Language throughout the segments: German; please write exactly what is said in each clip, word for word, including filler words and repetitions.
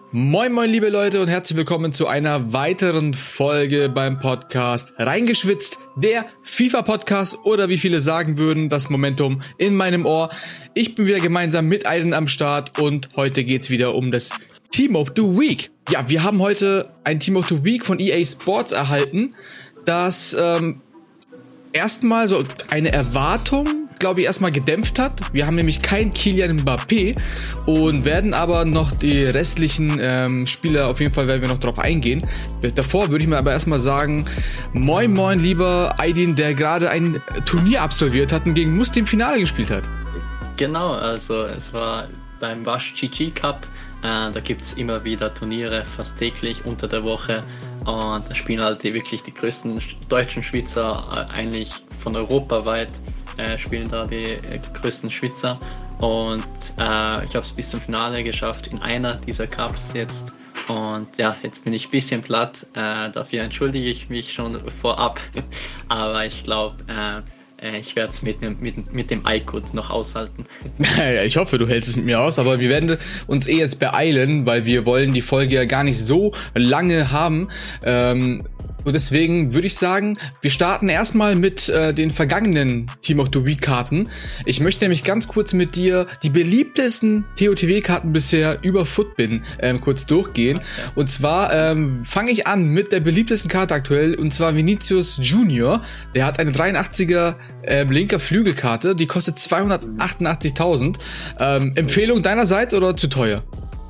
Moin moin liebe Leute und herzlich willkommen zu einer weiteren Folge beim Podcast Reingeschwitzt, der FIFA-Podcast oder wie viele sagen würden, das Momentum in meinem Ohr. Ich bin wieder gemeinsam mit Aiden am Start und heute geht's wieder um das Team of the Week. Ja, wir haben heute ein Team of the Week von E A Sports erhalten, das ähm, erstmal so eine Erwartung, glaube ich, erstmal gedämpft hat. Wir haben nämlich kein Kylian Mbappé und werden aber noch die restlichen ähm, Spieler, auf jeden Fall werden wir noch drauf eingehen. Davor würde ich mir aber erstmal sagen, moin moin lieber Aydin, der gerade ein Turnier absolviert hat und gegen Muslim im Finale gespielt hat. Genau, also es war beim Wash G G Cup, äh, da gibt es immer wieder Turniere, fast täglich unter der Woche. Und da spielen halt die, wirklich die größten deutschen Schweizer, äh, eigentlich von europaweit, äh, spielen da die äh, größten Schweizer. Und äh, ich habe es bis zum Finale geschafft in einer dieser Cups jetzt. Und ja, jetzt bin ich ein bisschen platt. Äh, dafür entschuldige ich mich schon vorab. Aber ich glaube, äh, ich werde es mit, mit, mit dem iCode noch aushalten. Ja, ich hoffe, du hältst es mit mir aus, aber wir werden uns eh jetzt beeilen, weil wir wollen die Folge ja gar nicht so lange haben. Ähm, und deswegen würde ich sagen, wir starten erstmal mit äh, den vergangenen Team of the Week Karten. Ich möchte nämlich ganz kurz mit dir die beliebtesten T O T W-Karten bisher über Futbin ähm, kurz durchgehen. Okay. Und zwar ähm, fange ich an mit der beliebtesten Karte aktuell, und zwar Vinicius Junior. Der hat eine dreiundachtziger äh, linker Flügelkarte, die kostet zweihundertachtundachtzigtausend. Ähm, Empfehlung deinerseits oder zu teuer?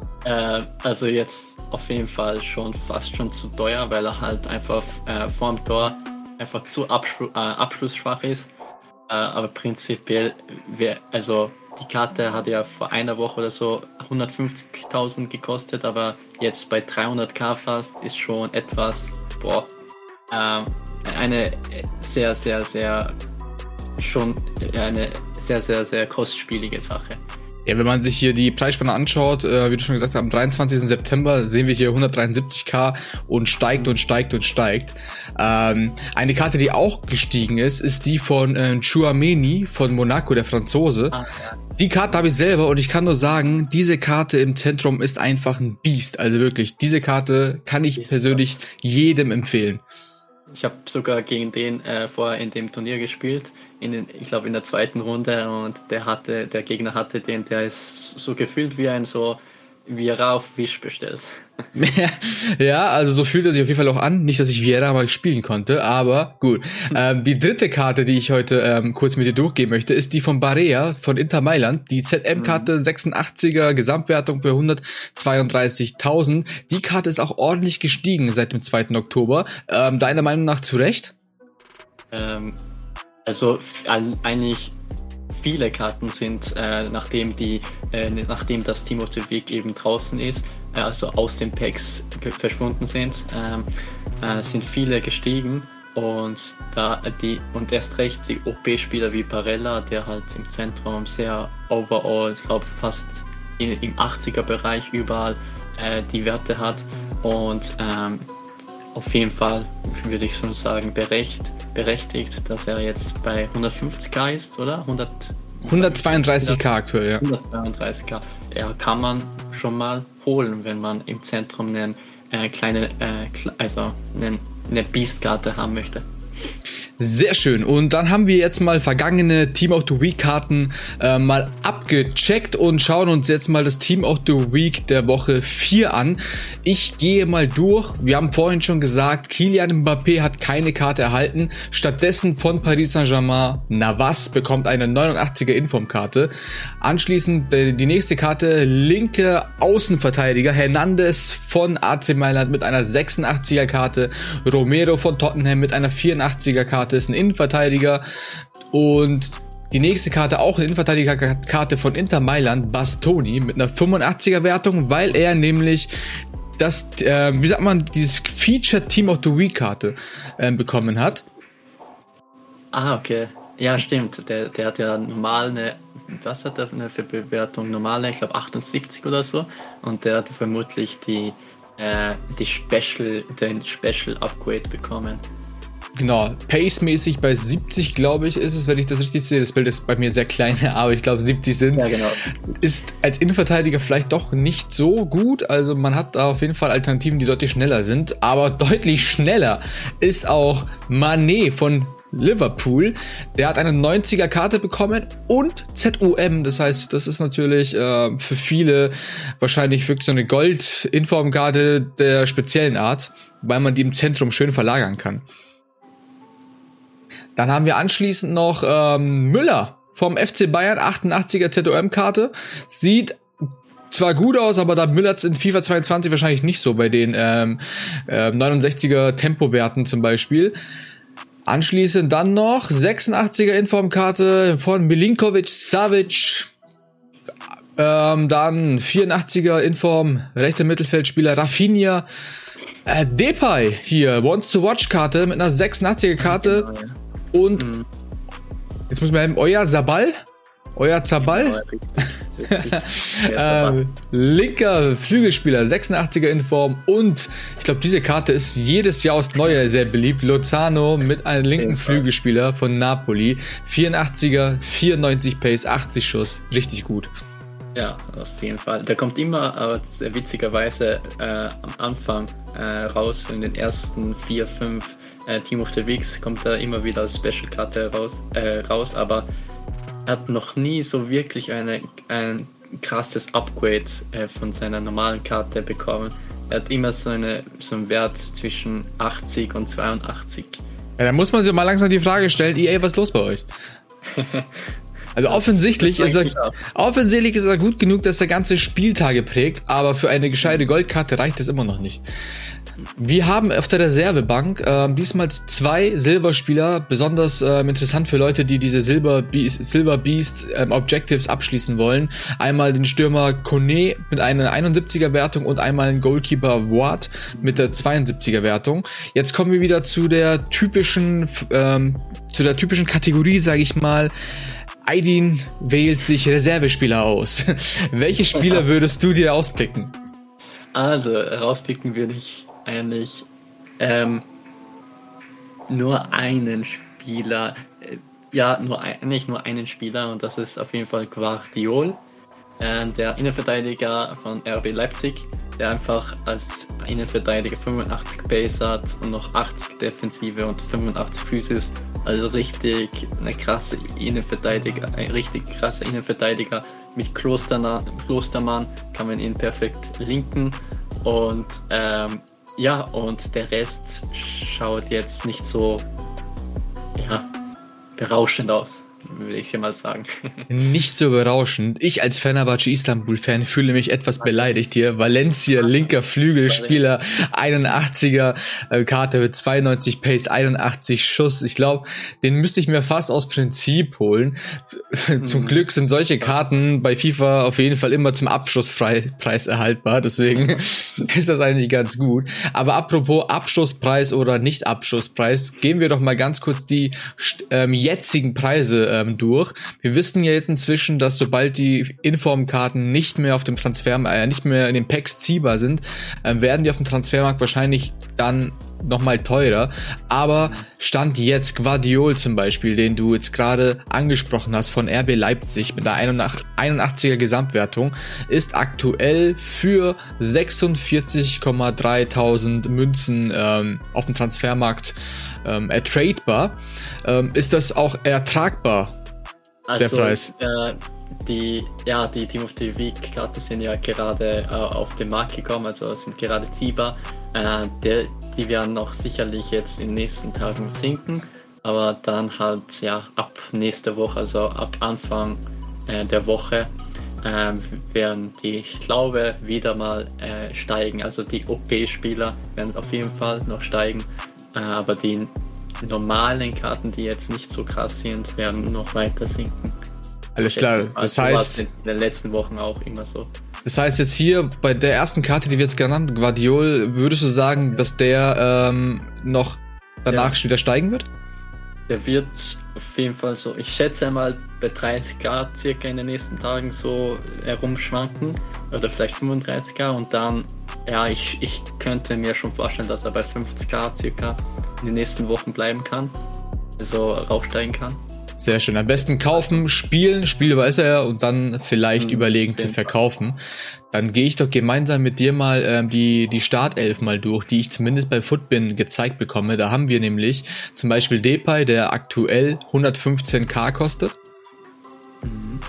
Äh, also jetzt auf jeden Fall schon fast schon zu teuer, weil er halt einfach äh, vorm Tor einfach zu abschlu- äh, abschlussschwach ist. Äh, aber prinzipiell, wär, also die Karte hat ja vor einer Woche oder so hundertfünfzigtausend gekostet, aber jetzt bei dreihunderttausend fast ist schon etwas, boah, äh, eine sehr, sehr, sehr, schon eine sehr, sehr, sehr kostspielige Sache. Ja, wenn man sich hier die Preisspanne anschaut, äh, wie du schon gesagt hast, am dreiundzwanzigsten September sehen wir hier hundertdreiundsiebzigtausend und steigt und steigt und steigt. Ähm, eine Karte, die auch gestiegen ist, ist die von äh, Tchouaméni von Monaco, der Franzose. Ah, ja. Die Karte habe ich selber und ich kann nur sagen, diese Karte im Zentrum ist einfach ein Biest. Also wirklich, diese Karte kann ich persönlich jedem empfehlen. Ich habe sogar gegen den äh, vorher in dem Turnier gespielt, in den, ich glaube in der zweiten Runde, und der hatte, der Gegner hatte den, der ist so gefühlt wie ein so Viera auf Wish bestellt. Ja, also so fühlt er sich auf jeden Fall auch an. Nicht, dass ich Viera mal spielen konnte, aber gut. ähm, die dritte Karte, die ich heute ähm, kurz mit dir durchgehen möchte, ist die von Barea von Inter Mailand. Die Z M-Karte, mhm. sechsundachtziger Gesamtwertung für hundertzweiunddreißigtausend. Die Karte ist auch ordentlich gestiegen seit dem zweiten Oktober. Ähm, deiner Meinung nach zu Recht? Ähm, also eigentlich viele Karten sind, äh, nachdem die, äh, nachdem das Team of the Week eben draußen ist, äh, also aus den Packs ge- verschwunden sind, ähm, äh, sind viele gestiegen, und da die und erst recht die O P-Spieler wie Barella, der halt im Zentrum sehr overall, ich glaube fast in, im achtziger-Bereich überall äh, die Werte hat, und ähm, auf jeden Fall würde ich schon sagen berecht, berechtigt, dass er jetzt bei hundertfünfzigtausend ist, oder? hundert, hundertzweiunddreißigtausend aktuell, ja. hundertzweiunddreißigtausend. Er kann man schon mal holen, wenn man im Zentrum eine äh, kleine, äh, also eine, eine Beast-Karte haben möchte. Sehr schön. Und dann haben wir jetzt mal vergangene Team of the Week Karten äh, mal abgecheckt und schauen uns jetzt mal das Team of the Week der Woche vier an. Ich gehe mal durch. Wir haben vorhin schon gesagt, Kylian Mbappé hat keine Karte erhalten. Stattdessen von Paris Saint-Germain Navas bekommt eine neunundachtziger Informkarte. Anschließend äh, die nächste Karte, linke Außenverteidiger Hernandez von A C Mailand mit einer sechsundachtziger Karte. Romero von Tottenham mit einer vierundachtziger Karte. Ist ein Innenverteidiger, und die nächste Karte, auch eine Innenverteidigerkarte von Inter Mailand, Bastoni mit einer fünfundachtziger Wertung, weil er nämlich das, äh, wie sagt man, dieses Featured Team of the Week Karte äh, bekommen hat. Ah, okay. Ja, stimmt. Der, der hat ja normal eine, was hat er für Bewertung? Normale, ich glaube achtundsiebzig oder so, und der hat vermutlich die, äh, die Special, den Special Upgrade bekommen. Genau, pace-mäßig bei siebzig, glaube ich, ist es, wenn ich das richtig sehe. Das Bild ist bei mir sehr klein, aber ich glaube siebzig sind es. Ja, genau. Ist als Innenverteidiger vielleicht doch nicht so gut. Also man hat da auf jeden Fall Alternativen, die deutlich schneller sind. Aber deutlich schneller ist auch Mané von Liverpool. Der hat eine neunziger Karte bekommen und Z U M. Das heißt, das ist natürlich äh, für viele wahrscheinlich wirklich so eine Gold-Informkarte der speziellen Art, weil man die im Zentrum schön verlagern kann. Dann haben wir anschließend noch ähm, Müller vom F C Bayern, achtundachtziger Z O M-Karte. Sieht zwar gut aus, aber da Müller in FIFA zweiundzwanzig wahrscheinlich nicht so bei den ähm, äh, neunundsechziger Tempowerten zum Beispiel. Anschließend dann noch sechsundachtziger Informkarte von Milinkovic Savic. Ähm, dann vierundachtziger Inform, rechter Mittelfeldspieler Rafinha. Äh, Depay hier, Wants-to-Watch-Karte mit einer sechsundachtziger Karte. Und mhm. jetzt muss man eben, euer Sabal, euer Zabal, ähm, linker Flügelspieler, sechsundachtziger Inform und ich glaube, diese Karte ist jedes Jahr aufs Neue sehr beliebt. Lozano mit einem linken Flügelspieler von Napoli, vierundachtziger, vierundneunzig Pace, achtzig Schuss, richtig gut. Ja, auf jeden Fall. Der kommt immer, aber witzigerweise äh, am Anfang äh, raus, in den ersten vier, fünf äh, Team of the Weeks kommt er immer wieder als Special-Karte raus, äh, raus, aber er hat noch nie so wirklich eine, ein krasses Upgrade äh, von seiner normalen Karte bekommen. Er hat immer so, eine, so einen Wert zwischen achtzig und zweiundachtzig. Ja, da muss man sich mal langsam die Frage stellen, E A, was ist los bei euch? Also offensichtlich ist, er, offensichtlich ist er gut genug, dass er ganze Spieltage prägt, aber für eine gescheite Goldkarte reicht es immer noch nicht. Wir haben auf der Reservebank ähm, diesmal zwei Silberspieler, besonders ähm, interessant für Leute, die diese Silber Beast, Silver Beast ähm, Objectives abschließen wollen. Einmal den Stürmer Kone mit einer einundsiebziger Wertung und einmal den Goalkeeper Ward mit der zweiundsiebziger Wertung. Jetzt kommen wir wieder zu der typischen, ähm, zu der typischen Kategorie, sage ich mal. Aydin wählt sich Reservespieler aus. Welche Spieler würdest du dir auspicken? Also, rauspicken würde ich eigentlich ähm, nur einen Spieler, äh, ja, nur ein, nicht nur einen Spieler, und das ist auf jeden Fall Gvardiol, äh, der Innenverteidiger von R B Leipzig, der einfach als Innenverteidiger fünfundachtzig Pace hat und noch achtzig Defensive und fünfundachtzig Physis, also richtig eine krasse Innenverteidiger, ein richtig krasser Innenverteidiger. Mit Klosterna, Klostermann kann man ihn perfekt linken und ähm, ja, und der Rest schaut jetzt nicht so, ja, berauschend aus, würde ich mal sagen. Nicht so berauschend. Ich als Fenerbahce Istanbul-Fan fühle mich etwas beleidigt hier. Valencia, linker Flügelspieler, einundachtziger äh, Karte mit zweiundneunzig Pace, einundachtzig Schuss. Ich glaube, den müsste ich mir fast aus Prinzip holen. Zum mhm. Glück sind solche Karten bei FIFA auf jeden Fall immer zum Abschlusspreis erhaltbar. Deswegen ist das eigentlich ganz gut. Aber apropos Abschlusspreis oder Nicht-Abschlusspreis, gehen wir doch mal ganz kurz die ähm, jetzigen Preise durch. Wir wissen ja jetzt inzwischen, dass sobald die Informkarten nicht mehr auf dem Transfermarkt, äh, nicht mehr in den Packs ziehbar sind, äh, werden die auf dem Transfermarkt wahrscheinlich dann nochmal teurer. Aber Stand jetzt Gvardiol zum Beispiel, den du jetzt gerade angesprochen hast von R B Leipzig mit einer einundachtziger Gesamtwertung, ist aktuell für sechsundvierzig.dreitausend Münzen ähm, auf dem Transfermarkt ähm, ertradebar. Ähm, ist das auch ertragbar, also, der Preis? Äh, die, ja, die Team of the Week Karten sind ja gerade äh, auf den Markt gekommen, also sind gerade ziehbar. Äh, der, die werden noch sicherlich jetzt in den nächsten Tagen sinken, aber dann halt ja ab nächste Woche, also ab Anfang äh, der Woche, äh, werden die, ich glaube, wieder mal äh, steigen. Also die O P-Spieler werden auf jeden Fall noch steigen, äh, aber die normalen Karten, die jetzt nicht so krass sind, werden noch weiter sinken. Alles klar, das heißt, in den letzten Wochen auch immer so. Das heißt jetzt hier bei der ersten Karte, die wir jetzt genannt haben, Gvardiol, würdest du sagen, dass der ähm, noch danach ja. wieder steigen wird? Der wird auf jeden Fall so, ich schätze mal bei dreißig K circa in den nächsten Tagen so herumschwanken oder vielleicht fünfunddreißig K und dann, ja, ich, ich könnte mir schon vorstellen, dass er bei fünfzig K circa in den nächsten Wochen bleiben kann, also raufsteigen kann. Sehr schön. Am besten kaufen, spielen, spielbar ist er ja und dann vielleicht mhm, überlegen zu verkaufen. Dann gehe ich doch gemeinsam mit dir mal ähm, die die Startelf mal durch, die ich zumindest bei Footbin gezeigt bekomme. Da haben wir nämlich zum Beispiel Depay, der aktuell hundertfünfzehn K kostet. Mhm.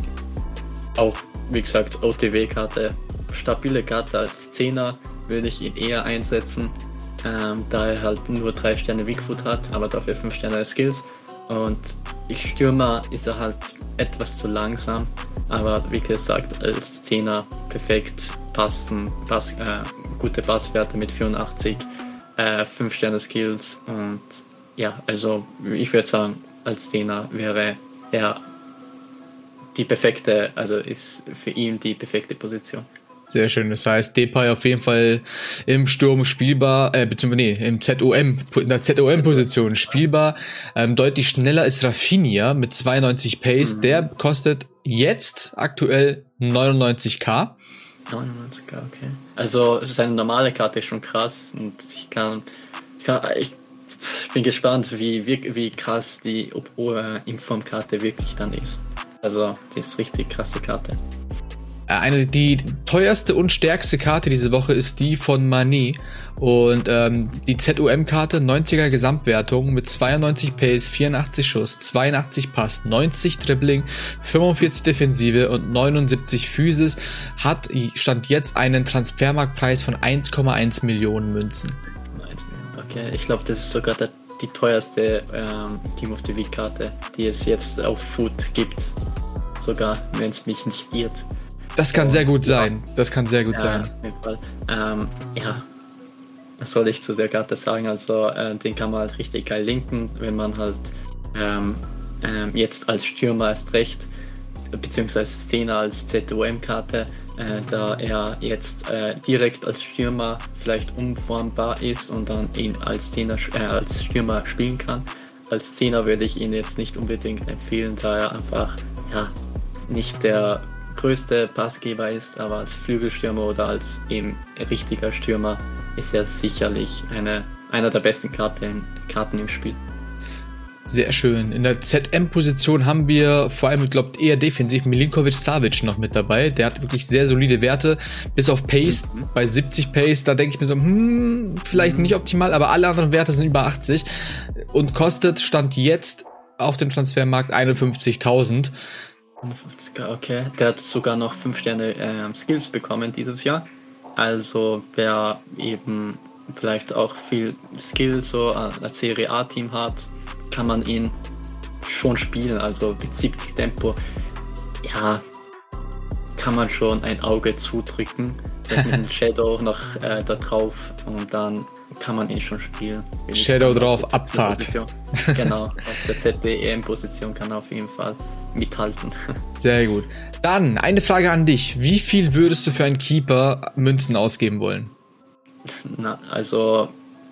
Auch, wie gesagt, O T W-Karte, stabile Karte als Zehner würde ich ihn eher einsetzen, ähm, da er halt nur drei Sterne Weakfoot hat, aber dafür fünf Sterne Skills. Und Stürmer ist er halt etwas zu langsam, aber wie gesagt, als Zehner perfekt passen, Pass, äh, gute Passwerte mit vierundachtzig, äh, fünf Sterne Skills und ja, also ich würde sagen, als Zehner wäre er die perfekte, also ist für ihn die perfekte Position. Sehr schön, das heißt Depay auf jeden Fall im Sturm spielbar, äh, beziehungsweise nee, im Z O M, in der Z O M-Position spielbar. Ähm, deutlich schneller ist Rafinha mit zweiundneunzig Pace, mhm. der kostet jetzt aktuell neunundneunzig K. neunundneunzig K, okay. Also seine normale Karte ist schon krass und ich kann, ich, kann, ich bin gespannt, wie, wie, wie krass die Informkarte wirklich dann ist. Also die ist richtig krasse Karte. Eine, die teuerste und stärkste Karte diese Woche ist die von Mané und ähm, die Z O M-Karte, neunziger Gesamtwertung mit zweiundneunzig Pace, vierundachtzig Schuss, zweiundachtzig Pass, neunzig Dribbling, fünfundvierzig Defensive und neunundsiebzig Physis, hat stand jetzt einen Transfermarktpreis von eins Komma eins Millionen Münzen. Okay, ich glaube, das ist sogar der, die teuerste ähm, Team of the Week-Karte, die es jetzt auf Foot gibt, sogar wenn es mich nicht irrt. Das kann sehr gut sein. Das kann sehr gut ja, sein. Auf jeden Fall. Ähm, ja, was soll ich zu der Karte sagen? Also, äh, den kann man halt richtig geil linken, wenn man halt ähm, ähm, jetzt als Stürmer erst recht, beziehungsweise Zehner als Z O M-Karte, äh, da er jetzt äh, direkt als Stürmer vielleicht umformbar ist und dann ihn als, Zehner, äh, als Stürmer spielen kann. Als Zehner würde ich ihn jetzt nicht unbedingt empfehlen, da er einfach ja, nicht der größte Passgeber ist, aber als Flügelstürmer oder als eben richtiger Stürmer ist er sicherlich eine, einer der besten Karten, Karten im Spiel. Sehr schön. In der Z M-Position haben wir vor allem, ich glaube, eher defensiv Milinkovic-Savic noch mit dabei. Der hat wirklich sehr solide Werte, bis auf Pace. Mhm. Bei siebzig Pace, da denke ich mir so, hm, vielleicht mhm. nicht optimal, aber alle anderen Werte sind über achtzig und kostet, stand jetzt auf dem Transfermarkt einundfünfzigtausend. Okay, der hat sogar noch fünf Sterne äh, Skills bekommen dieses Jahr. Also wer eben vielleicht auch viel Skill so als Serie A-Team hat, kann man ihn schon spielen. Also mit siebzig Tempo, ja, kann man schon ein Auge zudrücken. Mit dem Shadow noch äh, da drauf und dann kann man ihn schon spielen. Shadow drauf, Abfahrt. Genau, auf der Z D M-Position kann er auf jeden Fall mithalten. Sehr gut. Dann eine Frage an dich. Wie viel würdest du für einen Keeper Münzen ausgeben wollen? Na, also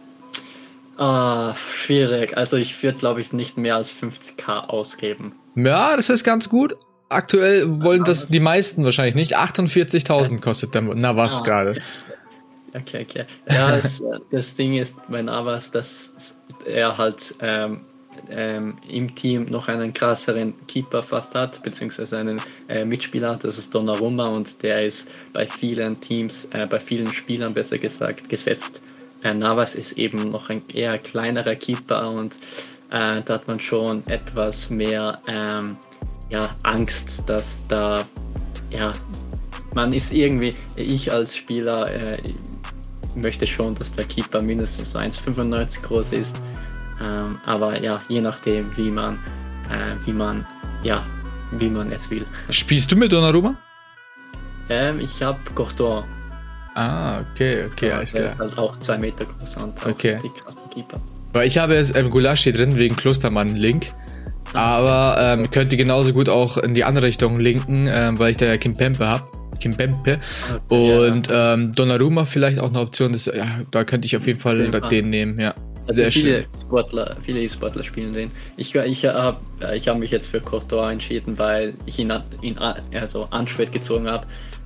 ah, schwierig. Also ich würde, glaube ich, nicht mehr als fünfzig K ausgeben. Ja, das ist ganz gut. Aktuell wollen das die meisten wahrscheinlich nicht. achtundvierzigtausend kostet der Navas ah, gerade. Okay, okay. Ja, das, das Ding ist bei Navas, dass er halt ähm, ähm, im Team noch einen krasseren Keeper fast hat, beziehungsweise einen äh, Mitspieler hat, das ist Donnarumma und der ist bei vielen Teams, äh, bei vielen Spielern besser gesagt, gesetzt. Äh, Navas ist eben noch ein eher kleinerer Keeper und äh, da hat man schon etwas mehr ähm, ja, Angst, dass da, ja, man ist irgendwie, ich als Spieler äh, möchte schon, dass der Keeper mindestens so eins Komma fünfundneunzig groß ist, ähm, aber ja, je nachdem, wie man, äh, wie man, ja, wie man es will. Spielst du mit Donnarumma? Ähm, ich habe Courtois. Ah, okay, okay, ja, alles klar. Der ist halt auch zwei Meter groß und auch okay. richtig krasser Keeper. Weil ich habe jetzt ähm, Gulaschi drin wegen Klostermann-Link. Aber ähm, könnt ihr genauso gut auch in die andere Richtung linken, ähm, weil ich da ja Kimpembe habe. Kimpembe. Okay, und ja. ähm, Donnarumma vielleicht auch eine Option. Ist, ja, da könnte ich auf jeden Fall, auf jeden Fall den nehmen. Ja, also sehr viele schön. Sportler, viele E-Sportler spielen den. Ich, ich habe ich hab mich jetzt für Courtois entschieden, weil ich ihn, ihn also Anschwert gezogen habe.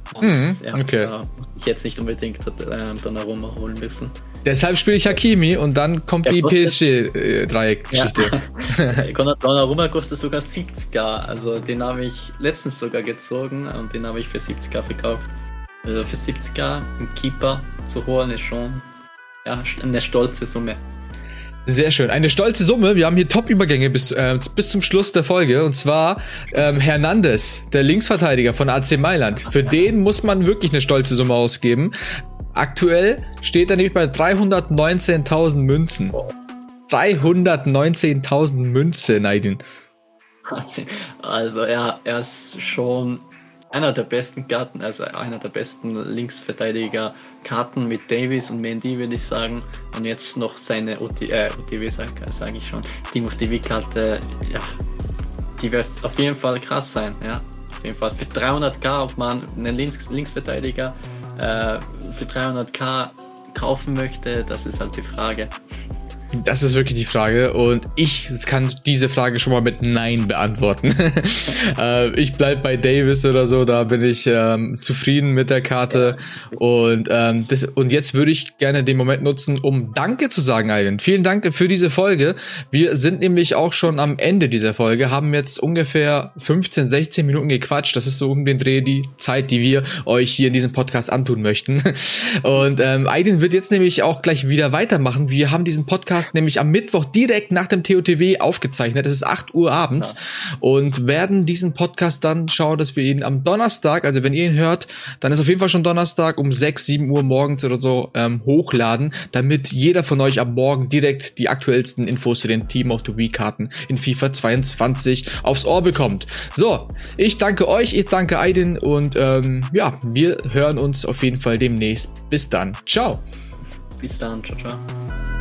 Und Mhm, ja, okay. da muss ich jetzt nicht unbedingt äh, Donnarumma holen müssen. Deshalb spiele ich Hakimi und dann kommt Der die kostet- P S G-Dreieck-Geschichte. Ja. Donnarumma kostet sogar siebziger, also den habe ich letztens sogar gezogen und den habe ich für siebziger verkauft. Also für siebziger einen Keeper zu holen ist schon ja, eine stolze Summe. Sehr schön. Eine stolze Summe. Wir haben hier Top-Übergänge bis, äh, bis zum Schluss der Folge. Und zwar ähm, Hernandez, der Linksverteidiger von A C Mailand. Für den muss man wirklich eine stolze Summe ausgeben. Aktuell steht er nämlich bei dreihundertneunzehntausend Münzen. dreihundertneunzehntausend Münzen, Aydin. Also er, er ist schon einer der besten Karten, also einer der besten Linksverteidiger-Karten mit Davies und Mendy, würde ich sagen. Und jetzt noch seine O T, äh, O T W, sage sag ich schon, Team of the Week-Karte, ja, die wird auf jeden Fall krass sein, ja. Auf jeden Fall für dreihunderttausend, ob man einen Links Linksverteidiger äh, für dreihunderttausend kaufen möchte, das ist halt die Frage. Das ist wirklich die Frage und ich kann diese Frage schon mal mit Nein beantworten. äh, ich bleib bei Davis oder so, da bin ich ähm, zufrieden mit der Karte und ähm, das, und jetzt würde ich gerne den Moment nutzen, um Danke zu sagen, Aydin. Vielen Dank für diese Folge. Wir sind nämlich auch schon am Ende dieser Folge, haben jetzt ungefähr fünfzehn, sechzehn Minuten gequatscht. Das ist so um den Dreh die Zeit, die wir euch hier in diesem Podcast antun möchten. Und ähm, Aydin wird jetzt nämlich auch gleich wieder weitermachen. Wir haben diesen Podcast nämlich am Mittwoch direkt nach dem T O T W aufgezeichnet. Es ist acht Uhr abends ja. und werden diesen Podcast dann schauen, dass wir ihn am Donnerstag, also wenn ihr ihn hört, dann ist auf jeden Fall schon Donnerstag um sechs, sieben Uhr morgens oder so ähm, hochladen, damit jeder von euch am Morgen direkt die aktuellsten Infos zu den Team of the Week Karten in FIFA zweiundzwanzig aufs Ohr bekommt. So, ich danke euch, ich danke Aydin und ähm, ja, wir hören uns auf jeden Fall demnächst. Bis dann. Ciao. Bis dann. Ciao, ciao.